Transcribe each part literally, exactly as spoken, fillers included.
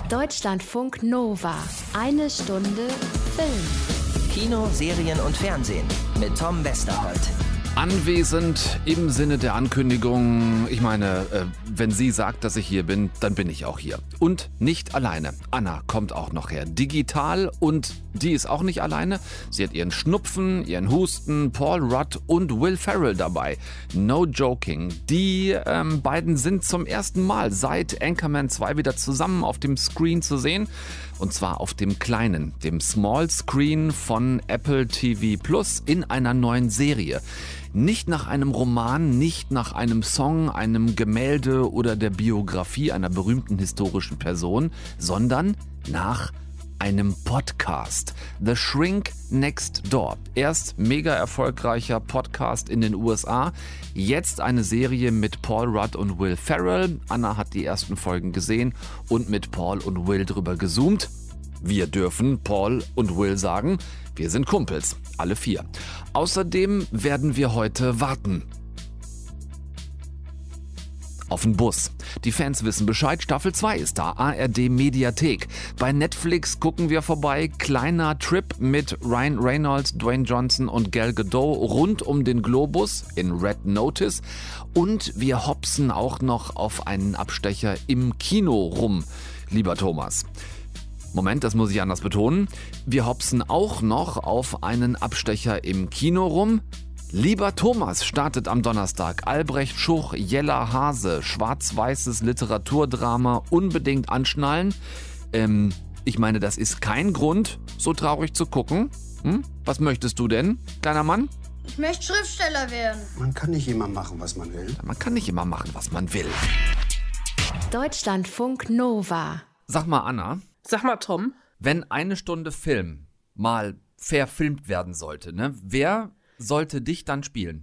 Deutschlandfunk Nova. Eine Stunde Film. Kino, Serien und Fernsehen mit Tom Westerholt. Anwesend im Sinne der Ankündigung. Ich meine, äh, wenn sie sagt, dass ich hier bin, dann bin ich auch hier. Und nicht alleine. Anna kommt auch noch her. Digital, und die ist auch nicht alleine. Sie hat ihren Schnupfen, ihren Husten, Paul Rudd und Will Ferrell dabei. No joking. Die ähm, beiden sind zum ersten Mal seit Anchorman zwei wieder zusammen auf dem Screen zu sehen. Und zwar auf dem kleinen, dem Small Screen von Apple T V Plus in einer neuen Serie. Nicht nach einem Roman, nicht nach einem Song, einem Gemälde oder der Biografie einer berühmten historischen Person, sondern nach einem Podcast. The Shrink Next Door. Erst mega erfolgreicher Podcast in den U S A, jetzt eine Serie mit Paul Rudd und Will Ferrell. Anna hat die ersten Folgen gesehen und mit Paul und Will drüber gezoomt. Wir dürfen Paul und Will sagen, wir sind Kumpels, alle vier. Außerdem werden wir heute warten auf den Bus. Die Fans wissen Bescheid, Staffel zwei ist da, A R D Mediathek. Bei Netflix gucken wir vorbei, kleiner Trip mit Ryan Reynolds, Dwayne Johnson und Gal Gadot rund um den Globus in Red Notice. Und wir hopsen auch noch auf einen Abstecher im Kino rum, lieber Thomas. Moment, das muss ich anders betonen. Wir hopsen auch noch auf einen Abstecher im Kino rum. Lieber Thomas startet am Donnerstag Albrecht Schuch, Jella Hase, schwarz-weißes Literaturdrama, unbedingt anschnallen. Ähm, ich meine, das ist kein Grund, so traurig zu gucken. Hm? Was möchtest du denn, kleiner Mann? Ich möchte Schriftsteller werden. Man kann nicht immer machen, was man will. Man kann nicht immer machen, was man will. Deutschlandfunk Nova. Sag mal, Anna. Sag mal, Tom. Wenn eine Stunde Film mal verfilmt werden sollte, ne, wer sollte dich dann spielen?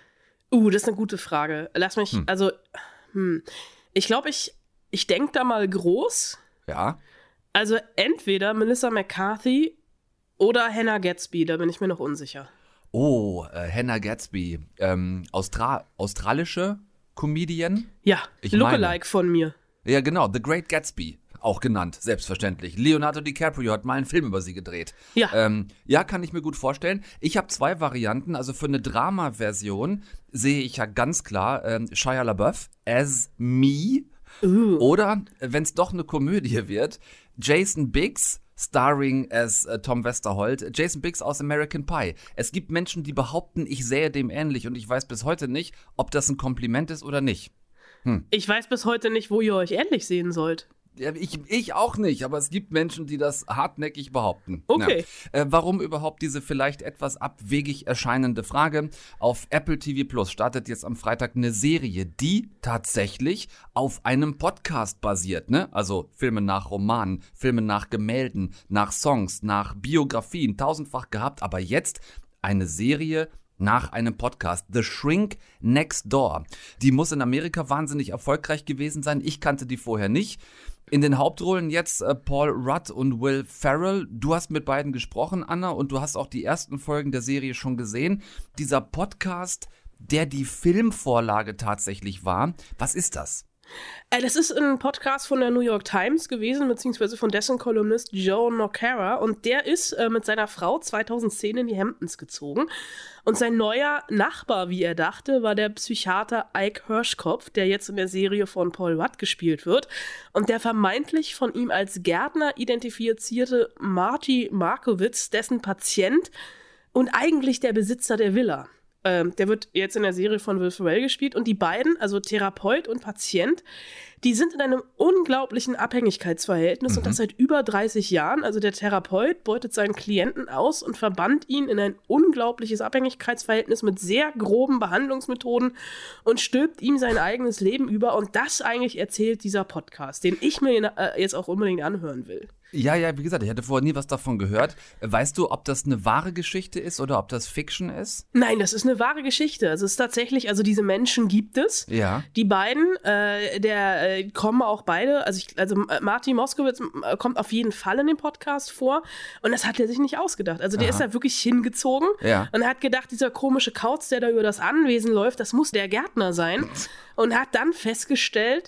Uh, das ist eine gute Frage. Lass mich, hm. also, hm. ich glaube, ich, ich denke da mal groß. Ja. Also entweder Melissa McCarthy oder Hannah Gadsby, da bin ich mir noch unsicher. Oh, äh, Hannah Gadsby, ähm, Austra- australische Comedian? Ja, ich Lookalike von mir. Ja, genau, The Great Gatsby. Auch genannt, selbstverständlich. Leonardo DiCaprio hat mal einen Film über sie gedreht. Ja. Ähm, ja, kann ich mir gut vorstellen. Ich habe zwei Varianten. Also für eine Drama-Version sehe ich ja ganz klar ähm, Shia LaBeouf as me. Uh. Oder, wenn es doch eine Komödie wird, Jason Biggs starring as äh, Tom Westerholt. Jason Biggs aus American Pie. Es gibt Menschen, die behaupten, ich sähe dem ähnlich. Und ich weiß bis heute nicht, ob das ein Kompliment ist oder nicht. Hm. Ich weiß bis heute nicht, wo ihr euch ähnlich sehen sollt. Ja, ich, ich auch nicht, aber es gibt Menschen, die das hartnäckig behaupten. Okay. Ja. Äh, warum überhaupt diese vielleicht etwas abwegig erscheinende Frage? Auf Apple T V Plus startet jetzt am Freitag eine Serie, die tatsächlich auf einem Podcast basiert, ne? Also Filme nach Romanen, Filme nach Gemälden, nach Songs, nach Biografien, tausendfach gehabt, aber jetzt eine Serie nach einem Podcast, The Shrink Next Door. Die muss in Amerika wahnsinnig erfolgreich gewesen sein. Ich kannte die vorher nicht. In den Hauptrollen jetzt äh, Paul Rudd und Will Ferrell. Du hast mit beiden gesprochen, Anna, und du hast auch die ersten Folgen der Serie schon gesehen. Dieser Podcast, der die Filmvorlage tatsächlich war, was ist das? Äh, das ist ein Podcast von der New York Times gewesen, beziehungsweise von dessen Kolumnist Joe Nocera. Und der ist äh, mit seiner Frau zweitausendzehn in die Hamptons gezogen. Und sein neuer Nachbar, wie er dachte, war der Psychiater Ike Hirschkopf, der jetzt in der Serie von Paul Rudd gespielt wird. Und der vermeintlich von ihm als Gärtner identifizierte Marty Markowitz, dessen Patient und eigentlich der Besitzer der Villa. Ähm, der wird jetzt in der Serie von Will Ferrell gespielt. Und die beiden, also Therapeut und Patient, die sind in einem unglaublichen Abhängigkeitsverhältnis mhm. und das seit über dreißig Jahren. Also der Therapeut beutet seinen Klienten aus und verbannt ihn in ein unglaubliches Abhängigkeitsverhältnis mit sehr groben Behandlungsmethoden und stülpt ihm sein eigenes Leben über. Und das eigentlich erzählt dieser Podcast, den ich mir äh, jetzt auch unbedingt anhören will. Ja, ja, wie gesagt, ich hatte vorher nie was davon gehört. Weißt du, ob das eine wahre Geschichte ist oder ob das Fiction ist? Nein, das ist eine wahre Geschichte. Also es ist tatsächlich, also diese Menschen gibt es. Ja. Die beiden, äh, der äh, kommen auch beide, also, ich, also Marty Moskowitz kommt auf jeden Fall in dem Podcast vor und das hat er sich nicht ausgedacht. Also der Aha. ist da wirklich hingezogen ja. und hat gedacht, dieser komische Kauz, der da über das Anwesen läuft, das muss der Gärtner sein und hat dann festgestellt,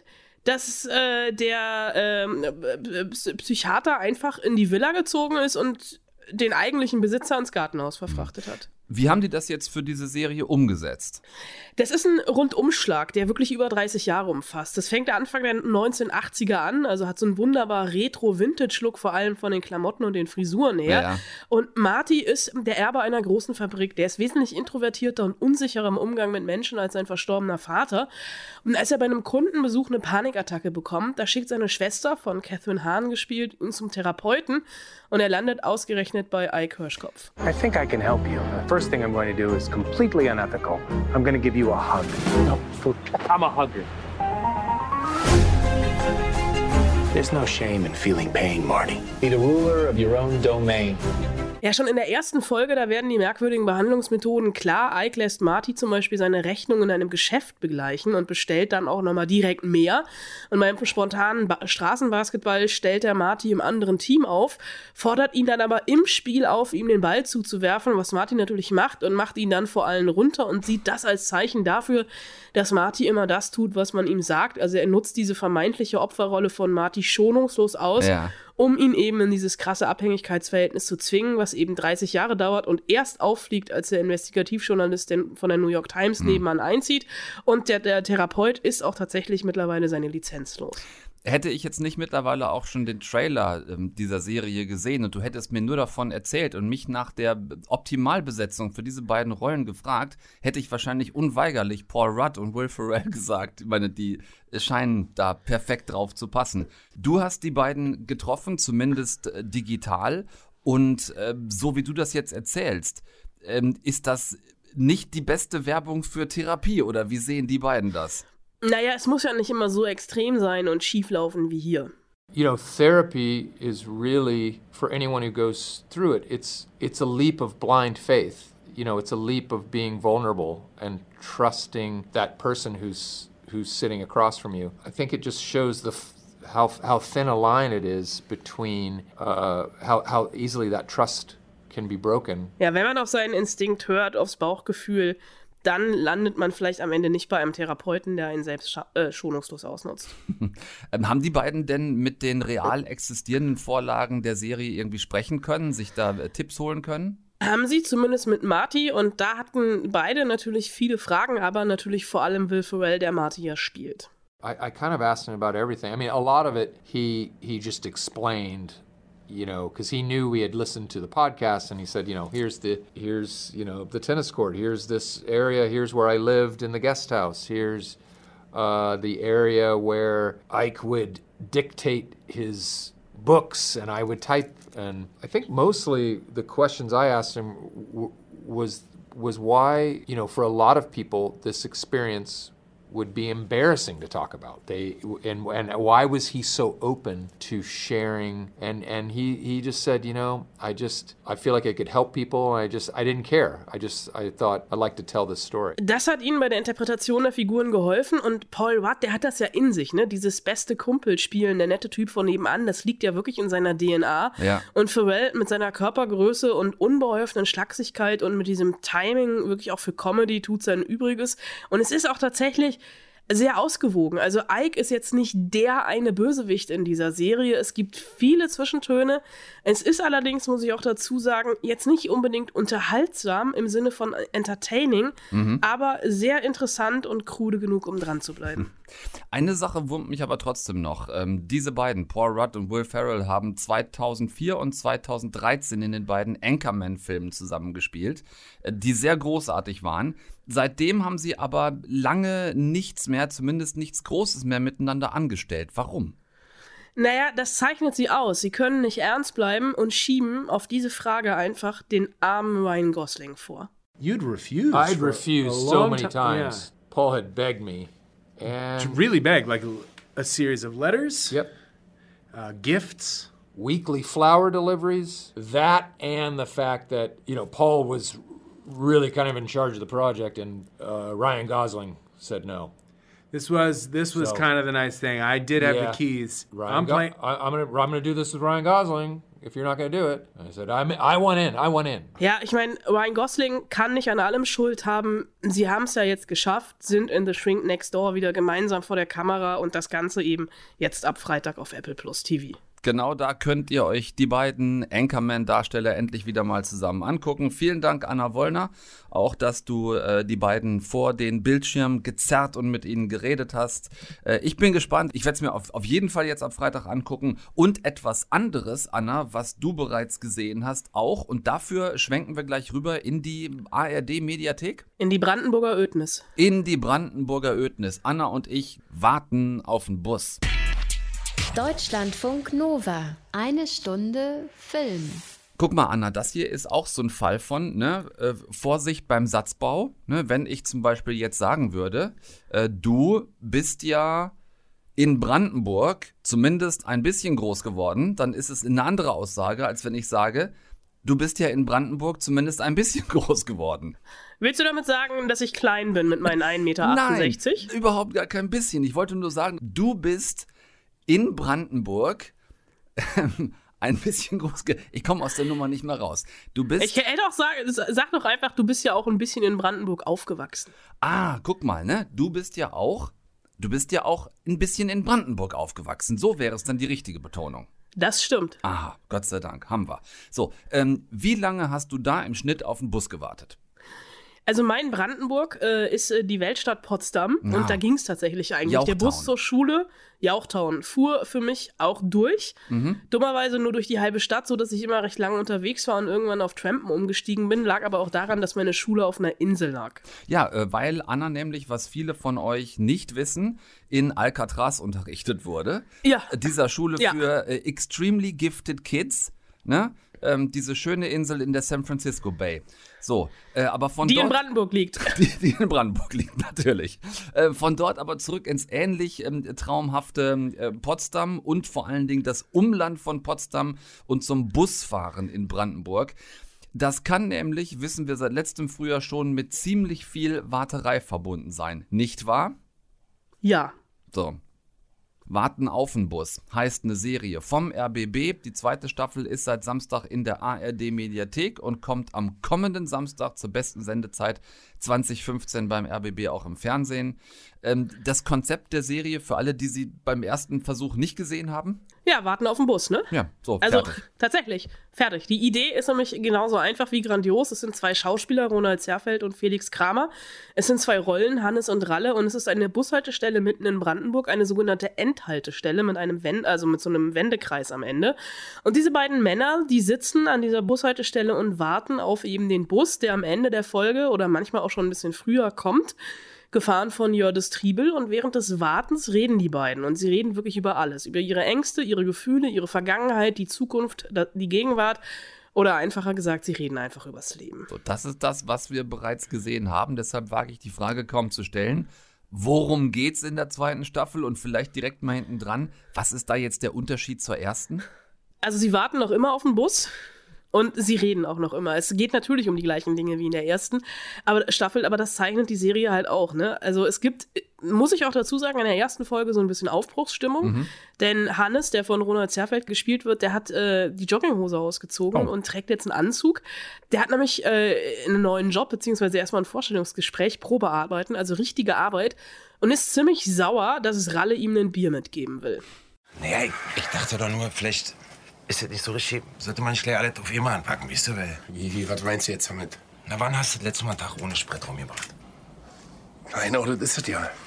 dass äh, der ähm, äh, Psychiater einfach in die Villa gezogen ist und den eigentlichen Besitzer ins Gartenhaus verfrachtet hat. Wie haben die das jetzt für diese Serie umgesetzt? Das ist ein Rundumschlag, der wirklich über dreißig Jahre umfasst. Das fängt Anfang der neunzehnhundertachtziger an, also hat so einen wunderbar Retro-Vintage-Look, vor allem von den Klamotten und den Frisuren her. Ja. Und Marty ist der Erbe einer großen Fabrik. Der ist wesentlich introvertierter und unsicherer im Umgang mit Menschen als sein verstorbener Vater. Und als er bei einem Kundenbesuch eine Panikattacke bekommt, da schickt seine Schwester, von Catherine Hahn gespielt, ihn zum Therapeuten und er landet ausgerechnet bei Ike Hirschkopf. I think I can help you. The first thing I'm going to do is completely unethical. I'm going to give you a hug. No, I'm a hugger. There's no shame in feeling pain, Marty. Be the ruler of your own domain. Ja, schon in der ersten Folge, da werden die merkwürdigen Behandlungsmethoden klar. Ike lässt Marty zum Beispiel seine Rechnung in einem Geschäft begleichen und bestellt dann auch nochmal direkt mehr. Und beim spontanen ba- Straßenbasketball stellt er Marty im anderen Team auf, fordert ihn dann aber im Spiel auf, ihm den Ball zuzuwerfen, was Marty natürlich macht und macht ihn dann vor allen runter und sieht das als Zeichen dafür, dass Marty immer das tut, was man ihm sagt. Also er nutzt diese vermeintliche Opferrolle von Marty schonungslos aus, Ja. um ihn eben in dieses krasse Abhängigkeitsverhältnis zu zwingen, was eben dreißig Jahre dauert und erst auffliegt, als der Investigativjournalist von der New York Times mhm. nebenan einzieht. Und der, der Therapeut ist auch tatsächlich mittlerweile seine Lizenz los. Hätte ich jetzt nicht mittlerweile auch schon den Trailer ähm, dieser Serie gesehen und du hättest mir nur davon erzählt und mich nach der Optimalbesetzung für diese beiden Rollen gefragt, hätte ich wahrscheinlich unweigerlich Paul Rudd und Will Ferrell gesagt. Ich meine, die scheinen da perfekt drauf zu passen. Du hast die beiden getroffen, zumindest äh, digital. Und äh, so wie du das jetzt erzählst, ähm, ist das nicht die beste Werbung für Therapie oder wie sehen die beiden das? Naja, es muss ja nicht immer so extrem sein und schief laufen wie hier. You know, therapy is really, for anyone who goes through it, it's it's a leap of blind faith. You know, it's a leap of being vulnerable and trusting that person who's who's sitting across from you. I think it just shows the f- how how thin a line it is between uh, how how easily that trust can be broken. Ja, wenn man auf seinen Instinkt hört, aufs Bauchgefühl, dann landet man vielleicht am Ende nicht bei einem Therapeuten, der einen selbst scha- äh, schonungslos ausnutzt. ähm, haben die beiden denn mit den real existierenden Vorlagen der Serie irgendwie sprechen können, sich da äh, Tipps holen können? Haben sie, zumindest mit Marty, und da hatten beide natürlich viele Fragen, aber natürlich vor allem Will Ferrell, der Marty ja spielt. I, I kind of asked him about everything. I mean, a lot of it he he just explained. You know, because he knew we had listened to the podcast, and he said, you know, here's the, here's, you know, the tennis court, here's this area, here's where I lived in the guest house, here's uh, the area where Ike would dictate his books and I would type. And I think mostly the questions I asked him w- was was why, you know, for a lot of people, this experience would be embarrassing to talk about. They and and why was he so open to sharing? And and he he just said, you know, I just I feel like I could help people. And I just I didn't care. I just I thought I'd like to tell this story. Das hat ihnen bei der Interpretation der Figuren geholfen und Paul Rudd, der hat das ja in sich, ne? Dieses beste Kumpelspielen, der nette Typ von nebenan, das liegt ja wirklich in seiner D N A. Ja. Und Ferrell mit seiner Körpergröße und unbeholfenen Schlagsigkeit und mit diesem Timing wirklich auch für Comedy tut sein Übriges. Und es ist auch tatsächlich sehr ausgewogen. Also Ike ist jetzt nicht der eine Bösewicht in dieser Serie. Es gibt viele Zwischentöne. Es ist allerdings, muss ich auch dazu sagen, jetzt nicht unbedingt unterhaltsam im Sinne von entertaining, mhm. aber sehr interessant und krude genug, um dran zu bleiben. Eine Sache wurmt mich aber trotzdem noch. Ähm, diese beiden, Paul Rudd und Will Ferrell, haben zweitausendvier und zweitausenddreizehn in den beiden Anchorman-Filmen zusammengespielt, äh, die sehr großartig waren. Seitdem haben sie aber lange nichts mehr, zumindest nichts Großes mehr miteinander angestellt. Warum? Naja, das zeichnet sie aus. Sie können nicht ernst bleiben und schieben auf diese Frage einfach den armen Ryan Gosling vor. You'd refuse. I'd for refused a so long many ti- times. yeah. Paul had begged me. And To really beg, like a, a series of letters, yep. uh, gifts. Weekly flower deliveries. That and the fact that, you know, Paul was really kind of in charge of the project and uh, Ryan Gosling said no. This was this was So- kind of the nice thing. I did have Yeah. the keys. Ryan I'm Go- playing. I, I'm gonna I'm gonna do this with Ryan Gosling. If you're not gonna do it, I said I I want in. I want in. Ja, ich meine, Ryan Gosling kann nicht an allem Schuld haben. Sie haben es ja jetzt geschafft, sind in The Shrink Next Door wieder gemeinsam vor der Kamera und das Ganze eben jetzt ab Freitag auf Apple Plus T V. Genau da könnt ihr euch die beiden Anchorman-Darsteller endlich wieder mal zusammen angucken. Vielen Dank, Anna Wollner, auch dass du äh, die beiden vor den Bildschirm gezerrt und mit ihnen geredet hast. Äh, ich bin gespannt. Ich werde es mir auf, auf jeden Fall jetzt ab Freitag angucken. Und etwas anderes, Anna, was du bereits gesehen hast, auch. Und dafür schwenken wir gleich rüber in die A R D-Mediathek. In die Brandenburger Ödnis. In die Brandenburger Ödnis. Anna und ich warten auf den Bus. Deutschlandfunk Nova. Eine Stunde Film. Guck mal, Anna, das hier ist auch so ein Fall von, ne, äh, Vorsicht beim Satzbau. Ne, wenn ich zum Beispiel jetzt sagen würde, äh, du bist ja in Brandenburg zumindest ein bisschen groß geworden, dann ist es eine andere Aussage, als wenn ich sage, du bist ja in Brandenburg zumindest ein bisschen groß geworden. Willst du damit sagen, dass ich klein bin mit meinen ein Meter achtundsechzig? Nein, überhaupt gar kein bisschen. Ich wollte nur sagen, du bist in Brandenburg ein bisschen groß. Ge- ich komme aus der Nummer nicht mehr raus. Du bist. Ich hätte auch sagen, sag doch einfach, du bist ja auch ein bisschen in Brandenburg aufgewachsen. Ah, guck mal, ne? Du bist ja auch. Du bist ja auch ein bisschen in Brandenburg aufgewachsen. So wäre es dann die richtige Betonung. Das stimmt. Aha, Gott sei Dank, haben wir. So, ähm, wie lange hast du da im Schnitt auf den Bus gewartet? Also mein Brandenburg äh, ist äh, die Weltstadt Potsdam Ja. und da ging es tatsächlich eigentlich. Jauchtown. Der Bus zur Schule, Jauchtown, fuhr für mich auch durch. Mhm. Dummerweise nur durch die halbe Stadt, sodass ich immer recht lange unterwegs war und irgendwann auf Trampen umgestiegen bin. Lag aber auch daran, dass meine Schule auf einer Insel lag. Ja, äh, weil Anna nämlich, was viele von euch nicht wissen, in Alcatraz unterrichtet wurde. Ja. Äh, Dieser Schule Ja. für äh, Extremely Gifted Kids, ne? Ähm, diese schöne Insel in der San Francisco Bay. So, äh, aber von Die dort... in Brandenburg liegt. Die, die in Brandenburg liegt, natürlich. Äh, von dort aber zurück ins ähnlich ähm, traumhafte äh, Potsdam und vor allen Dingen das Umland von Potsdam und zum Busfahren in Brandenburg. Das kann nämlich, wissen wir seit letztem Frühjahr schon, mit ziemlich viel Warterei verbunden sein. Nicht wahr? Ja. So. Warten auf den Bus heißt eine Serie vom R B B. Die zweite Staffel ist seit Samstag in der A R D-Mediathek und kommt am kommenden Samstag zur besten Sendezeit zwanzig fünfzehn beim R B B auch im Fernsehen. Ähm, das Konzept der Serie für alle, die sie beim ersten Versuch nicht gesehen haben? Ja, warten auf den Bus, ne? Ja, so, Also fertig. tatsächlich, fertig. Die Idee ist nämlich genauso einfach wie grandios. Es sind zwei Schauspieler, Ronald Zerfeld und Felix Kramer. Es sind zwei Rollen, Hannes und Ralle, und es ist eine Bushaltestelle mitten in Brandenburg, eine sogenannte Endhaltestelle mit einem Wend- also mit so einem Wendekreis am Ende. Und diese beiden Männer, die sitzen an dieser Bushaltestelle und warten auf eben den Bus, der am Ende der Folge oder manchmal auch schon ein bisschen früher kommt. Gefahren von Jördis Triebel, und während des Wartens reden die beiden, und sie reden wirklich über alles, über ihre Ängste, ihre Gefühle, ihre Vergangenheit, die Zukunft, die Gegenwart, oder einfacher gesagt, sie reden einfach übers Leben. So, das ist das, was wir bereits gesehen haben. Deshalb wage ich die Frage kaum zu stellen. Worum geht's in der zweiten Staffel? Und vielleicht direkt mal hinten dran, was ist da jetzt der Unterschied zur ersten? Also sie warten noch immer auf den Bus. Und sie reden auch noch immer. Es geht natürlich um die gleichen Dinge wie in der ersten aber, Staffel, aber das zeichnet die Serie halt auch, ne? Also es gibt, muss ich auch dazu sagen, in der ersten Folge so ein bisschen Aufbruchsstimmung. Mhm. Denn Hannes, der von Ronald Zerfeld gespielt wird, der hat äh, die Jogginghose ausgezogen Oh. und trägt jetzt einen Anzug. Der hat nämlich äh, einen neuen Job, beziehungsweise erstmal ein Vorstellungsgespräch, Probearbeiten, also richtige Arbeit, und ist ziemlich sauer, dass es Ralle ihm ein Bier mitgeben will. Naja, ich, ich dachte doch nur, vielleicht ist das nicht so richtig. Sollte man nicht gleich alles auf immer anpacken, weißt du, weil... Wie, wie, was meinst du jetzt damit? Na, wann hast du das letzte Mal einen Tag ohne Sprit rumgebracht? Nein, oder das ist es ja.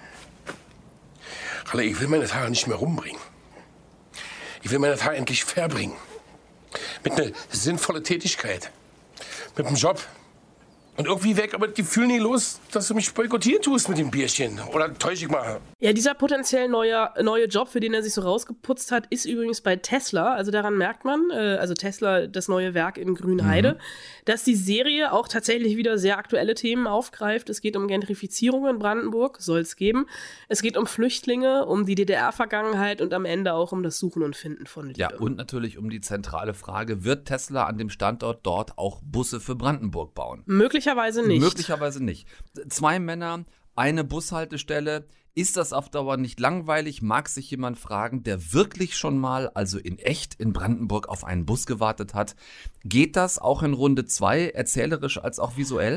Halle, ich will meine Haare nicht mehr rumbringen. Ich will meine Haare endlich verbringen. Mit einer sinnvollen Tätigkeit. Mit einem Job. Und irgendwie weg aber das Gefühl nie los, dass du mich boykottieren tust mit dem Bierchen. Oder täusche ich mal? Ja, dieser potenziell neue, neue Job, für den er sich so rausgeputzt hat, ist übrigens bei Tesla. Also daran merkt man, äh, also Tesla, das neue Werk in Grünheide, mhm. dass die Serie auch tatsächlich wieder sehr aktuelle Themen aufgreift. Es geht um Gentrifizierung in Brandenburg, soll es geben. Es geht um Flüchtlinge, um die D D R-Vergangenheit und am Ende auch um das Suchen und Finden von Liebe. Ja, und natürlich um die zentrale Frage, wird Tesla an dem Standort dort auch Busse für Brandenburg bauen? Möglicherweise nicht. Möglicherweise nicht. Zwei Männer eine Bushaltestelle. Ist das auf Dauer nicht langweilig? Mag sich jemand fragen, der wirklich schon mal, also in echt, in Brandenburg auf einen Bus gewartet hat? Geht das auch in Runde zwei, erzählerisch als auch visuell?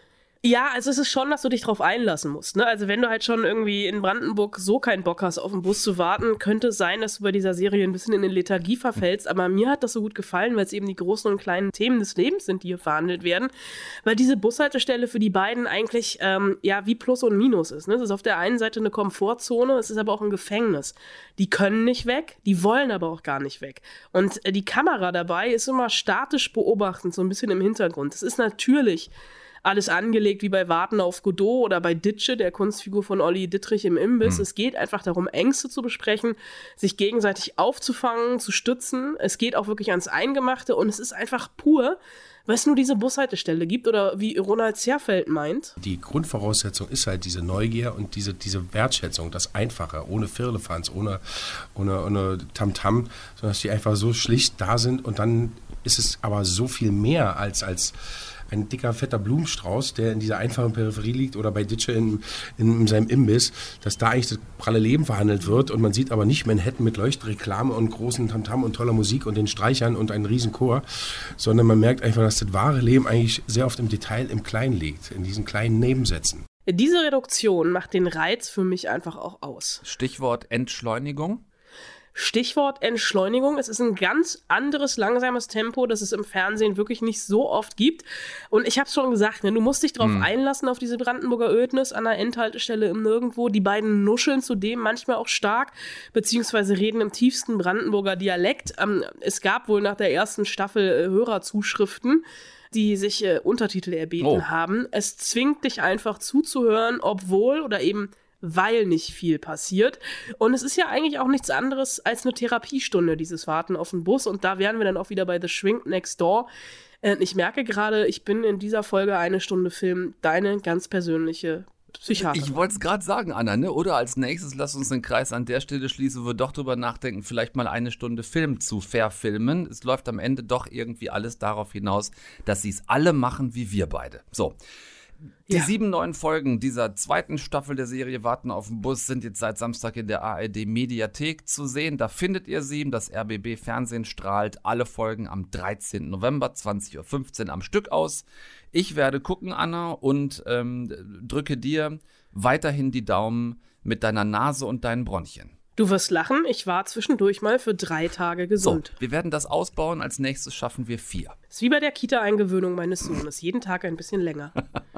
Ja, also es ist schon, dass du dich drauf einlassen musst. Ne? Also wenn du halt schon irgendwie in Brandenburg so keinen Bock hast, auf den Bus zu warten, könnte es sein, dass du bei dieser Serie ein bisschen in eine Lethargie verfällst. Aber mir hat das so gut gefallen, weil es eben die großen und kleinen Themen des Lebens sind, die hier verhandelt werden. Weil diese Bushaltestelle für die beiden eigentlich ähm, ja wie Plus und Minus ist. Ne? Es ist auf der einen Seite eine Komfortzone, es ist aber auch ein Gefängnis. Die können nicht weg, die wollen aber auch gar nicht weg. Und äh, die Kamera dabei ist immer statisch beobachtend, so ein bisschen im Hintergrund. Es ist natürlich alles angelegt wie bei Warten auf Godot oder bei Ditsche, der Kunstfigur von Olli Dittrich im Imbiss. Mhm. Es geht einfach darum, Ängste zu besprechen, sich gegenseitig aufzufangen, zu stützen. Es geht auch wirklich ans Eingemachte und es ist einfach pur, weil es nur diese Bushaltestelle gibt oder wie Ronald Zerfeld meint. Die Grundvoraussetzung ist halt diese Neugier und diese, diese Wertschätzung, das Einfache, ohne Firlefanz, ohne, ohne, ohne Tamtam, sondern dass die einfach so schlicht da sind und dann ist es aber so viel mehr als, als ein dicker, fetter Blumenstrauß, der in dieser einfachen Peripherie liegt oder bei Ditsche in, in, in seinem Imbiss, dass da eigentlich das pralle Leben verhandelt wird und man sieht aber nicht Manhattan mit Leuchtreklame und großen Tamtam und toller Musik und den Streichern und einen riesen Chor, sondern man merkt einfach, dass das wahre Leben eigentlich sehr oft im Detail im Kleinen liegt, in diesen kleinen Nebensätzen. Diese Reduktion macht den Reiz für mich einfach auch aus. Stichwort Entschleunigung. Stichwort Entschleunigung. Es ist ein ganz anderes, langsames Tempo, das es im Fernsehen wirklich nicht so oft gibt. Und ich habe es schon gesagt, ne, du musst dich drauf hm. einlassen auf diese Brandenburger Ödnis an der Endhaltestelle im Nirgendwo. Die beiden nuscheln zudem manchmal auch stark, beziehungsweise reden im tiefsten Brandenburger Dialekt. Ähm, es gab wohl nach der ersten Staffel äh, Hörerzuschriften, die sich äh, Untertitel erbeten oh. haben. Es zwingt dich einfach zuzuhören, obwohl oder eben weil nicht viel passiert. Und es ist ja eigentlich auch nichts anderes als eine Therapiestunde, dieses Warten auf den Bus. Und da wären wir dann auch wieder bei The Shrink Next Door. Ich merke gerade, ich bin in dieser Folge eine Stunde Film deine ganz persönliche Psychiaterin. Ich wollte es gerade sagen, Anna, ne? Oder als nächstes lass uns den Kreis an der Stelle schließen, wo wir doch drüber nachdenken, vielleicht mal eine Stunde Film zu verfilmen. Es läuft am Ende doch irgendwie alles darauf hinaus, dass sie es alle machen wie wir beide. So. Die ja. sieben neuen Folgen dieser zweiten Staffel der Serie Warten auf den Bus sind jetzt seit Samstag in der A R D-Mediathek zu sehen. Da findet ihr sie. Das R B B-Fernsehen strahlt alle Folgen am dreizehnten November, zwanzig Uhr fünfzehn am Stück aus. Ich werde gucken, Anna, und ähm, drücke dir weiterhin die Daumen mit deiner Nase und deinen Bronchien. Du wirst lachen, ich war zwischendurch mal für drei Tage gesund. So, wir werden das ausbauen, als nächstes schaffen wir vier. Ist wie bei der Kita-Eingewöhnung meines Sohnes, jeden Tag ein bisschen länger.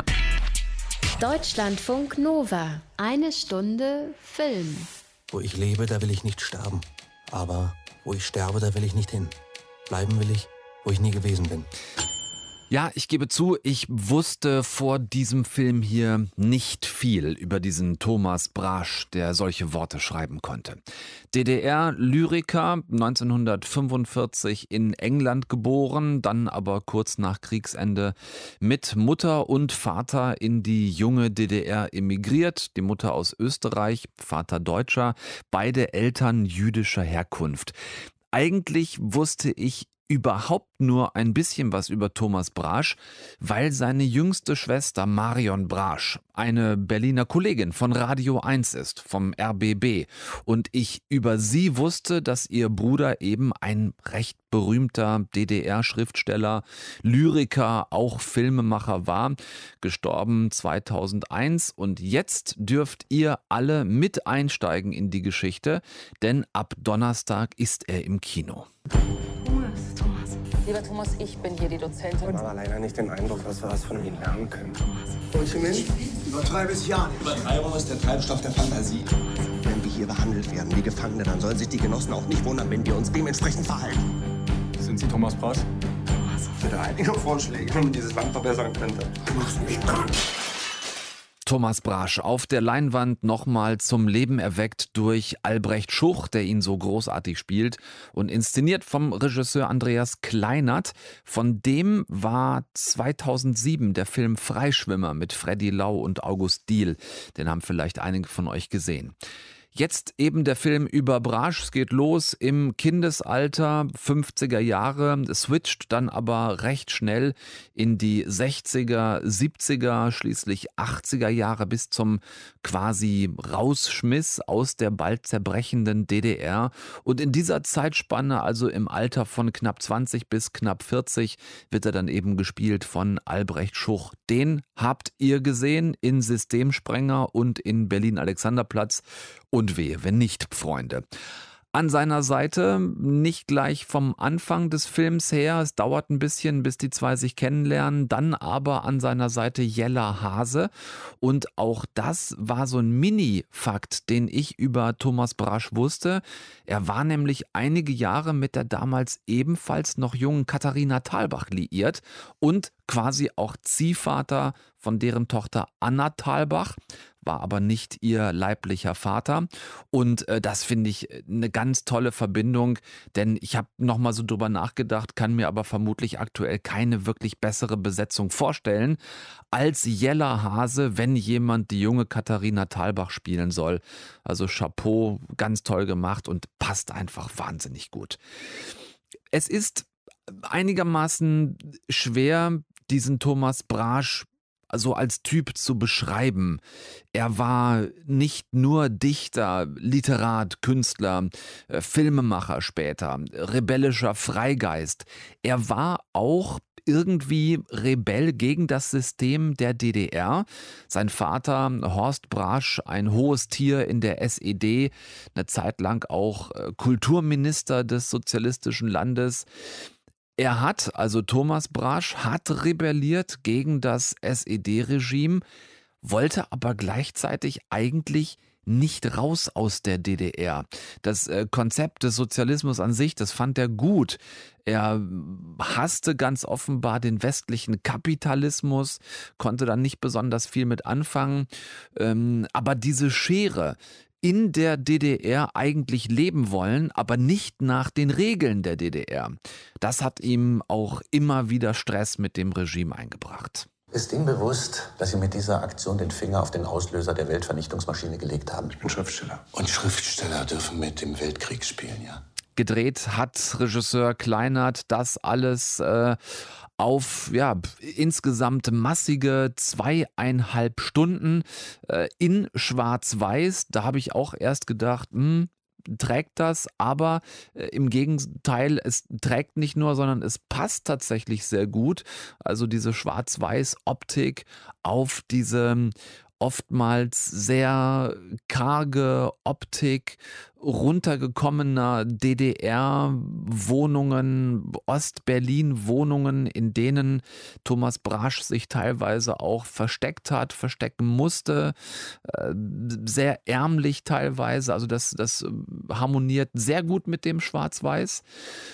Deutschlandfunk Nova, eine Stunde Film. Wo ich lebe, da will ich nicht sterben. Aber wo ich sterbe, da will ich nicht hin. Bleiben will ich, wo ich nie gewesen bin. Ja, ich gebe zu, ich wusste vor diesem Film hier nicht viel über diesen Thomas Brasch, der solche Worte schreiben konnte. D D R-Lyriker, neunzehnhundertfünfundvierzig in England geboren, dann aber kurz nach Kriegsende mit Mutter und Vater in die junge D D R emigriert. Die Mutter aus Österreich, Vater Deutscher, beide Eltern jüdischer Herkunft. Eigentlich wusste ich überhaupt nur ein bisschen was über Thomas Brasch, weil seine jüngste Schwester Marion Brasch eine Berliner Kollegin von Radio eins ist, vom R B B. Und ich über sie wusste, dass ihr Bruder eben ein recht berühmter D D R-Schriftsteller, Lyriker, auch Filmemacher war, gestorben zweitausendeins. Und jetzt dürft ihr alle mit einsteigen in die Geschichte, denn ab Donnerstag ist er im Kino. Lieber Thomas, ich bin hier die Dozentin. Ich habe leider nicht den Eindruck, dass wir was von Ihnen lernen können. Ultimate? Übertreibe es ja nicht. Übertreibung ist der Treibstoff der Fantasie. Wenn wir hier behandelt werden wie Gefangene, dann sollen sich die Genossen auch nicht wundern, wenn wir uns dementsprechend verhalten. Sind Sie Thomas Brasch? Thomas, ich hätte einige Vorschläge, wie man dieses Land verbessern könnte. Du machst mich krank. Thomas Brasch auf der Leinwand nochmal zum Leben erweckt durch Albrecht Schuch, der ihn so großartig spielt und inszeniert vom Regisseur Andreas Kleinert. Von dem war zweitausendsieben der Film Freischwimmer mit Freddy Lau und August Diehl. Den haben vielleicht einige von euch gesehen. Jetzt eben der Film über Brasch. Es geht los im Kindesalter, fünfziger Jahre, switcht dann aber recht schnell in die sechziger, siebziger, schließlich achtziger Jahre bis zum quasi Rausschmiss aus der bald zerbrechenden D D R. Und in dieser Zeitspanne, also im Alter von knapp zwanzig bis knapp vierzig, wird er dann eben gespielt von Albrecht Schuch. Den habt ihr gesehen in Systemsprenger und in Berlin-Alexanderplatz. Und wehe, wenn nicht, Freunde. An seiner Seite, nicht gleich vom Anfang des Films her, es dauert ein bisschen, bis die zwei sich kennenlernen, dann aber an seiner Seite Jella Hase. Und auch das war so ein Mini-Fakt, den ich über Thomas Brasch wusste. Er war nämlich einige Jahre mit der damals ebenfalls noch jungen Katharina Thalbach liiert und quasi auch Ziehvater von deren Tochter Anna Thalbach, war aber nicht ihr leiblicher Vater. Und äh, das finde ich eine ganz tolle Verbindung, denn ich habe nochmal so drüber nachgedacht, kann mir aber vermutlich aktuell keine wirklich bessere Besetzung vorstellen als Jella Hase, wenn jemand die junge Katharina Thalbach spielen soll. Also Chapeau, ganz toll gemacht und passt einfach wahnsinnig gut. Es ist einigermaßen schwer, diesen Thomas Brasch so als Typ zu beschreiben. Er war nicht nur Dichter, Literat, Künstler, äh, Filmemacher später, rebellischer Freigeist. Er war auch irgendwie Rebell gegen das System der D D R. Sein Vater Horst Brasch, ein hohes Tier in der S E D, eine Zeit lang auch äh, Kulturminister des sozialistischen Landes. Er hat, also Thomas Brasch, hat rebelliert gegen das S E D-Regime, wollte aber gleichzeitig eigentlich nicht raus aus der D D R. Das äh, Konzept des Sozialismus an sich, das fand er gut. Er hasste ganz offenbar den westlichen Kapitalismus, konnte dann nicht besonders viel mit anfangen. Ähm, aber diese Schere, in der D D R eigentlich leben wollen, aber nicht nach den Regeln der D D R. Das hat ihm auch immer wieder Stress mit dem Regime eingebracht. Ist Ihnen bewusst, dass Sie mit dieser Aktion den Finger auf den Auslöser der Weltvernichtungsmaschine gelegt haben? Ich bin Schriftsteller. Und Schriftsteller dürfen mit dem Weltkrieg spielen, ja? Gedreht hat Regisseur Kleinert das alles äh, auf ja, insgesamt massige zweieinhalb Stunden äh, in Schwarz-Weiß. Da habe ich auch erst gedacht, hm, trägt das, aber äh, im Gegenteil, es trägt nicht nur, sondern es passt tatsächlich sehr gut. Also diese Schwarz-Weiß-Optik auf diese oftmals sehr karge Optik runtergekommener D D R-Wohnungen, Ost-Berlin-Wohnungen, in denen Thomas Brasch sich teilweise auch versteckt hat, verstecken musste, sehr ärmlich teilweise, also das, das harmoniert sehr gut mit dem Schwarz-Weiß.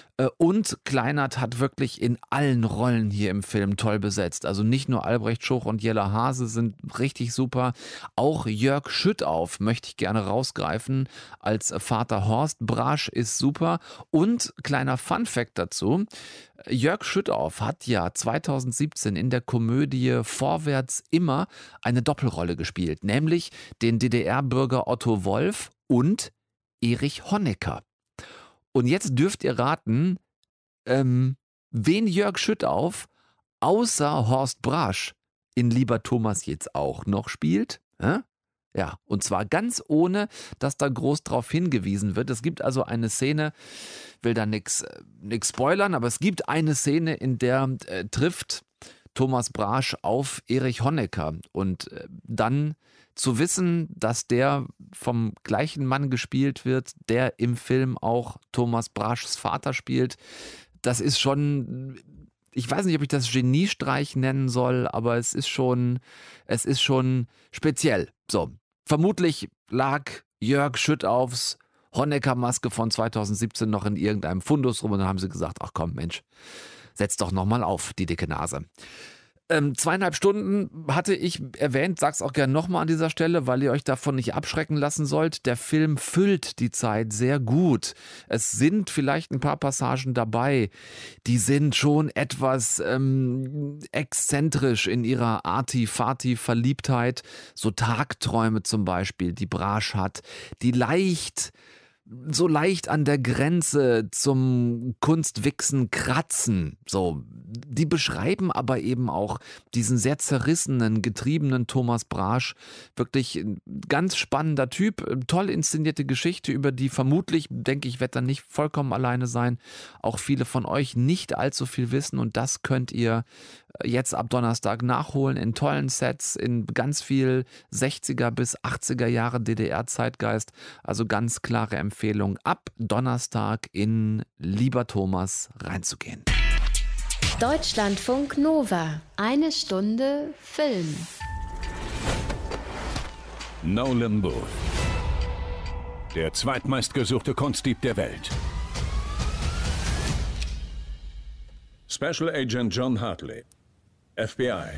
Und Kleinert hat wirklich in allen Rollen hier im Film toll besetzt. Also nicht nur Albrecht Schuch und Jella Hase sind richtig super. Auch Jörg Schüttauf möchte ich gerne rausgreifen als Vater Horst. Brasch ist super. Und kleiner Funfact dazu. Jörg Schüttauf hat ja zweitausendsiebzehn in der Komödie Vorwärts immer eine Doppelrolle gespielt. Nämlich den D D R-Bürger Otto Wolf und Erich Honecker. Und jetzt dürft ihr raten, ähm, wen Jörg Schüttauf außer Horst Brasch in Lieber Thomas jetzt auch noch spielt. Hä? Ja, und zwar ganz ohne, dass da groß drauf hingewiesen wird. Es gibt also eine Szene, will da nichts nix spoilern, aber es gibt eine Szene, in der äh, trifft Thomas Brasch auf Erich Honecker. Und äh, dann zu wissen, dass der vom gleichen Mann gespielt wird, der im Film auch Thomas Braschs Vater spielt, das ist schon, ich weiß nicht, ob ich das Geniestreich nennen soll, aber es ist schon, es ist schon speziell. So, vermutlich lag Jörg Schüttaufs Honecker-Maske von zweitausendsiebzehn noch in irgendeinem Fundus rum und dann haben sie gesagt, ach komm, Mensch, setz doch nochmal auf, die dicke Nase. Ähm, zweieinhalb Stunden hatte ich erwähnt, sag's auch gerne nochmal an dieser Stelle, weil ihr euch davon nicht abschrecken lassen sollt. Der Film füllt die Zeit sehr gut. Es sind vielleicht ein paar Passagen dabei, die sind schon etwas ähm, exzentrisch in ihrer Arti-Fati-Verliebtheit. So Tagträume zum Beispiel, die Brasch hat, die leicht... so leicht an der Grenze zum Kunstwichsen kratzen. So, die beschreiben aber eben auch diesen sehr zerrissenen, getriebenen Thomas Brasch. Wirklich ein ganz spannender Typ, toll inszenierte Geschichte, über die vermutlich, denke ich, wird er nicht vollkommen alleine sein. Auch viele von euch nicht allzu viel wissen und das könnt ihr jetzt ab Donnerstag nachholen in tollen Sets, in ganz viel sechziger bis achtziger Jahre D D R-Zeitgeist. Also ganz klare Empfehlung, ab Donnerstag in Lieber Thomas reinzugehen. Deutschlandfunk Nova. Eine Stunde Film. Nolan Booth. Der zweitmeistgesuchte Kunstdieb der Welt. Special Agent John Hartley, F B I.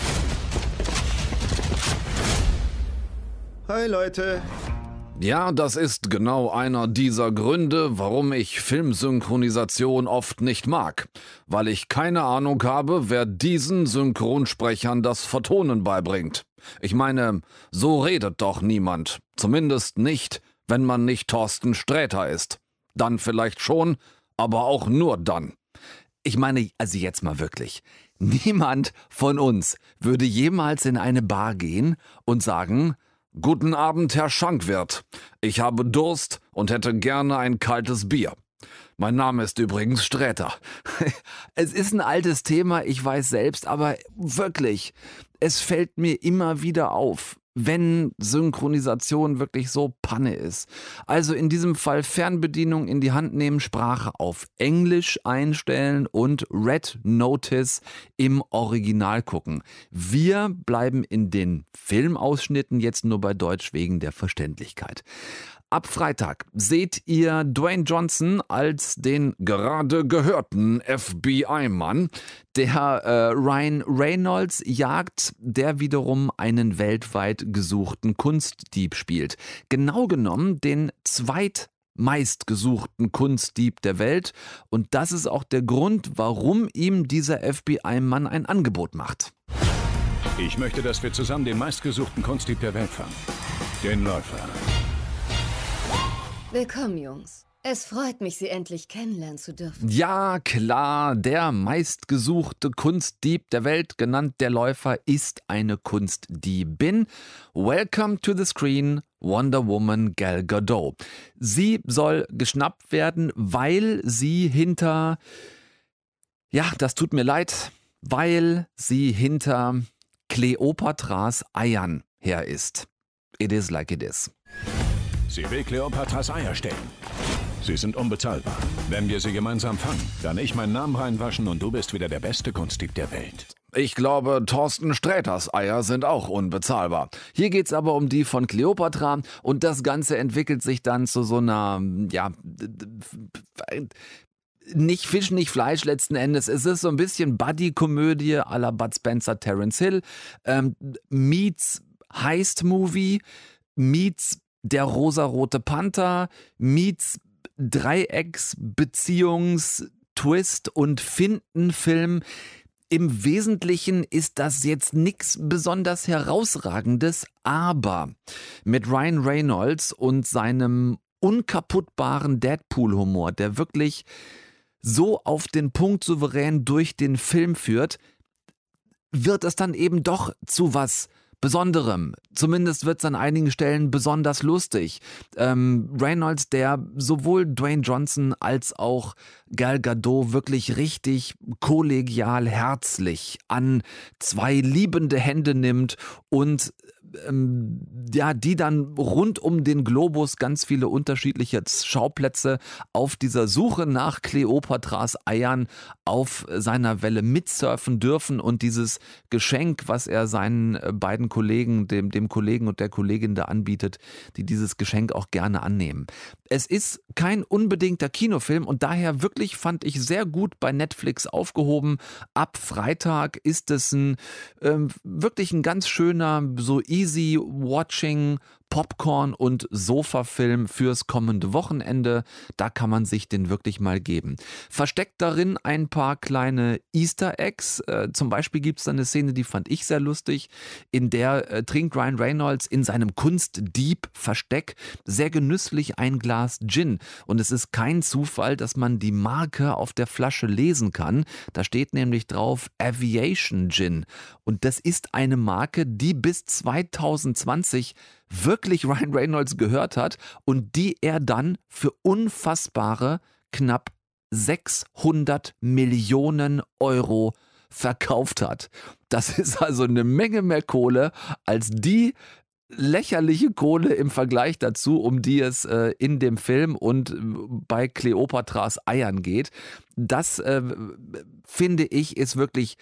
Hi Leute. Ja, das ist genau einer dieser Gründe, warum ich Filmsynchronisation oft nicht mag. Weil ich keine Ahnung habe, wer diesen Synchronsprechern das Vertonen beibringt. Ich meine, so redet doch niemand. Zumindest nicht, wenn man nicht Thorsten Sträter ist. Dann vielleicht schon, aber auch nur dann. Ich meine, also jetzt mal wirklich, niemand von uns würde jemals in eine Bar gehen und sagen: Guten Abend, Herr Schankwirt. Ich habe Durst und hätte gerne ein kaltes Bier. Mein Name ist übrigens Sträter. Es ist ein altes Thema, ich weiß selbst, aber wirklich, es fällt mir immer wieder auf, wenn Synchronisation wirklich so Panne ist. Also in diesem Fall Fernbedienung in die Hand nehmen, Sprache auf Englisch einstellen und Red Notice im Original gucken. Wir bleiben in den Filmausschnitten jetzt nur bei Deutsch wegen der Verständlichkeit. Ab Freitag seht ihr Dwayne Johnson als den gerade gehörten F B I-Mann, der äh, Ryan Reynolds jagt, der wiederum einen weltweit gesuchten Kunstdieb spielt. Genau genommen den zweitmeistgesuchten Kunstdieb der Welt. Und das ist auch der Grund, warum ihm dieser F B I-Mann ein Angebot macht. Ich möchte, dass wir zusammen den meistgesuchten Kunstdieb der Welt fangen. Den Läufer. Willkommen, Jungs. Es freut mich, Sie endlich kennenlernen zu dürfen. Ja, klar, der meistgesuchte Kunstdieb der Welt, genannt der Läufer, ist eine Kunstdiebin. Welcome to the screen, Wonder Woman Gal Gadot. Sie soll geschnappt werden, weil sie hinter, ja, das tut mir leid, weil sie hinter Kleopatras Eiern her ist. It is like it is. Sie will Kleopatras Eier stehlen. Sie sind unbezahlbar. Wenn wir sie gemeinsam fangen, dann ich meinen Namen reinwaschen und du bist wieder der beste Kunstdieb der Welt. Ich glaube, Thorsten Sträters Eier sind auch unbezahlbar. Hier geht's aber um die von Kleopatra und das Ganze entwickelt sich dann zu so einer, ja, nicht Fisch, nicht Fleisch letzten Endes. Es ist so ein bisschen Buddy-Komödie à la Bud Spencer, Terence Hill, ähm, meets Heist-Movie, meets Der rosarote Panther, meets Dreiecksbeziehungs-, Twist- und Findenfilm. Im Wesentlichen ist das jetzt nichts besonders Herausragendes, aber mit Ryan Reynolds und seinem unkaputtbaren Deadpool-Humor, der wirklich so auf den Punkt souverän durch den Film führt, wird es dann eben doch zu was Besonderem. Zumindest wird es an einigen Stellen besonders lustig. Ähm, Reynolds, der sowohl Dwayne Johnson als auch Gal Gadot wirklich richtig kollegial herzlich an zwei liebende Hände nimmt und ähm, ja, die dann rund um den Globus ganz viele unterschiedliche Schauplätze auf dieser Suche nach Kleopatras Eiern auf seiner Welle mitsurfen dürfen und dieses Geschenk, was er seinen beiden Kollegen, dem, dem Kollegen und der Kollegin da anbietet, die dieses Geschenk auch gerne annehmen. Es ist kein unbedingter Kinofilm und daher wirklich, fand ich, sehr gut bei Netflix aufgehoben. Ab Freitag ist es ein ähm, wirklich ein ganz schöner, so easy watching Popcorn- und Sofafilm fürs kommende Wochenende. Da kann man sich den wirklich mal geben. Versteckt darin ein paar kleine Easter Eggs. Äh, zum Beispiel gibt es da eine Szene, die fand ich sehr lustig, in der äh, trinkt Ryan Reynolds in seinem Kunstdieb-Versteck sehr genüsslich ein Glas Gin. Und es ist kein Zufall, dass man die Marke auf der Flasche lesen kann. Da steht nämlich drauf Aviation Gin. Und das ist eine Marke, die bis zwanzig zwanzig wirklich Ryan Reynolds gehört hat und die er dann für unfassbare knapp sechshundert Millionen Euro verkauft hat. Das ist also eine Menge mehr Kohle als die lächerliche Kohle im Vergleich dazu, um die es äh, in dem Film und bei Kleopatras Eiern geht. Das äh, finde ich ist wirklich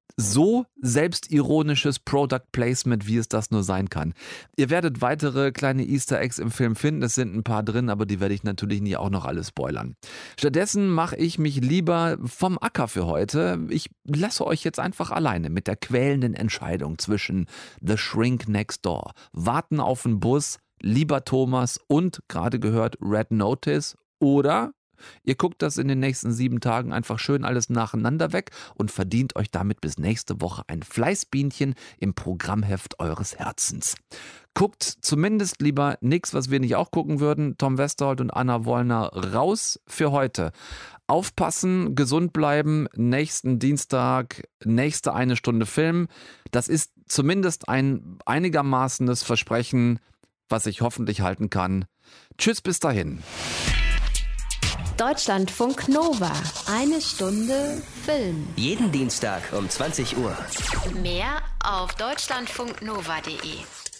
so selbstironisches Product Placement, wie es das nur sein kann. Ihr werdet weitere kleine Easter Eggs im Film finden, es sind ein paar drin, aber die werde ich natürlich nie auch noch alle spoilern. Stattdessen mache ich mich lieber vom Acker für heute. Ich lasse euch jetzt einfach alleine mit der quälenden Entscheidung zwischen The Shrink Next Door, Warten auf den Bus, Lieber Thomas und gerade gehört Red Notice oder ihr guckt das in den nächsten sieben Tagen einfach schön alles nacheinander weg und verdient euch damit bis nächste Woche ein Fleißbienchen im Programmheft eures Herzens. Guckt zumindest lieber nichts, was wir nicht auch gucken würden. Tom Westerholt und Anna Wollner raus für heute. Aufpassen, gesund bleiben, nächsten Dienstag, nächste eine Stunde Film. Das ist zumindest ein einigermaßenes Versprechen, was ich hoffentlich halten kann. Tschüss, bis dahin. Deutschlandfunk Nova. Eine Stunde Film. Jeden Dienstag um zwanzig Uhr. Mehr auf deutschlandfunknova punkt de.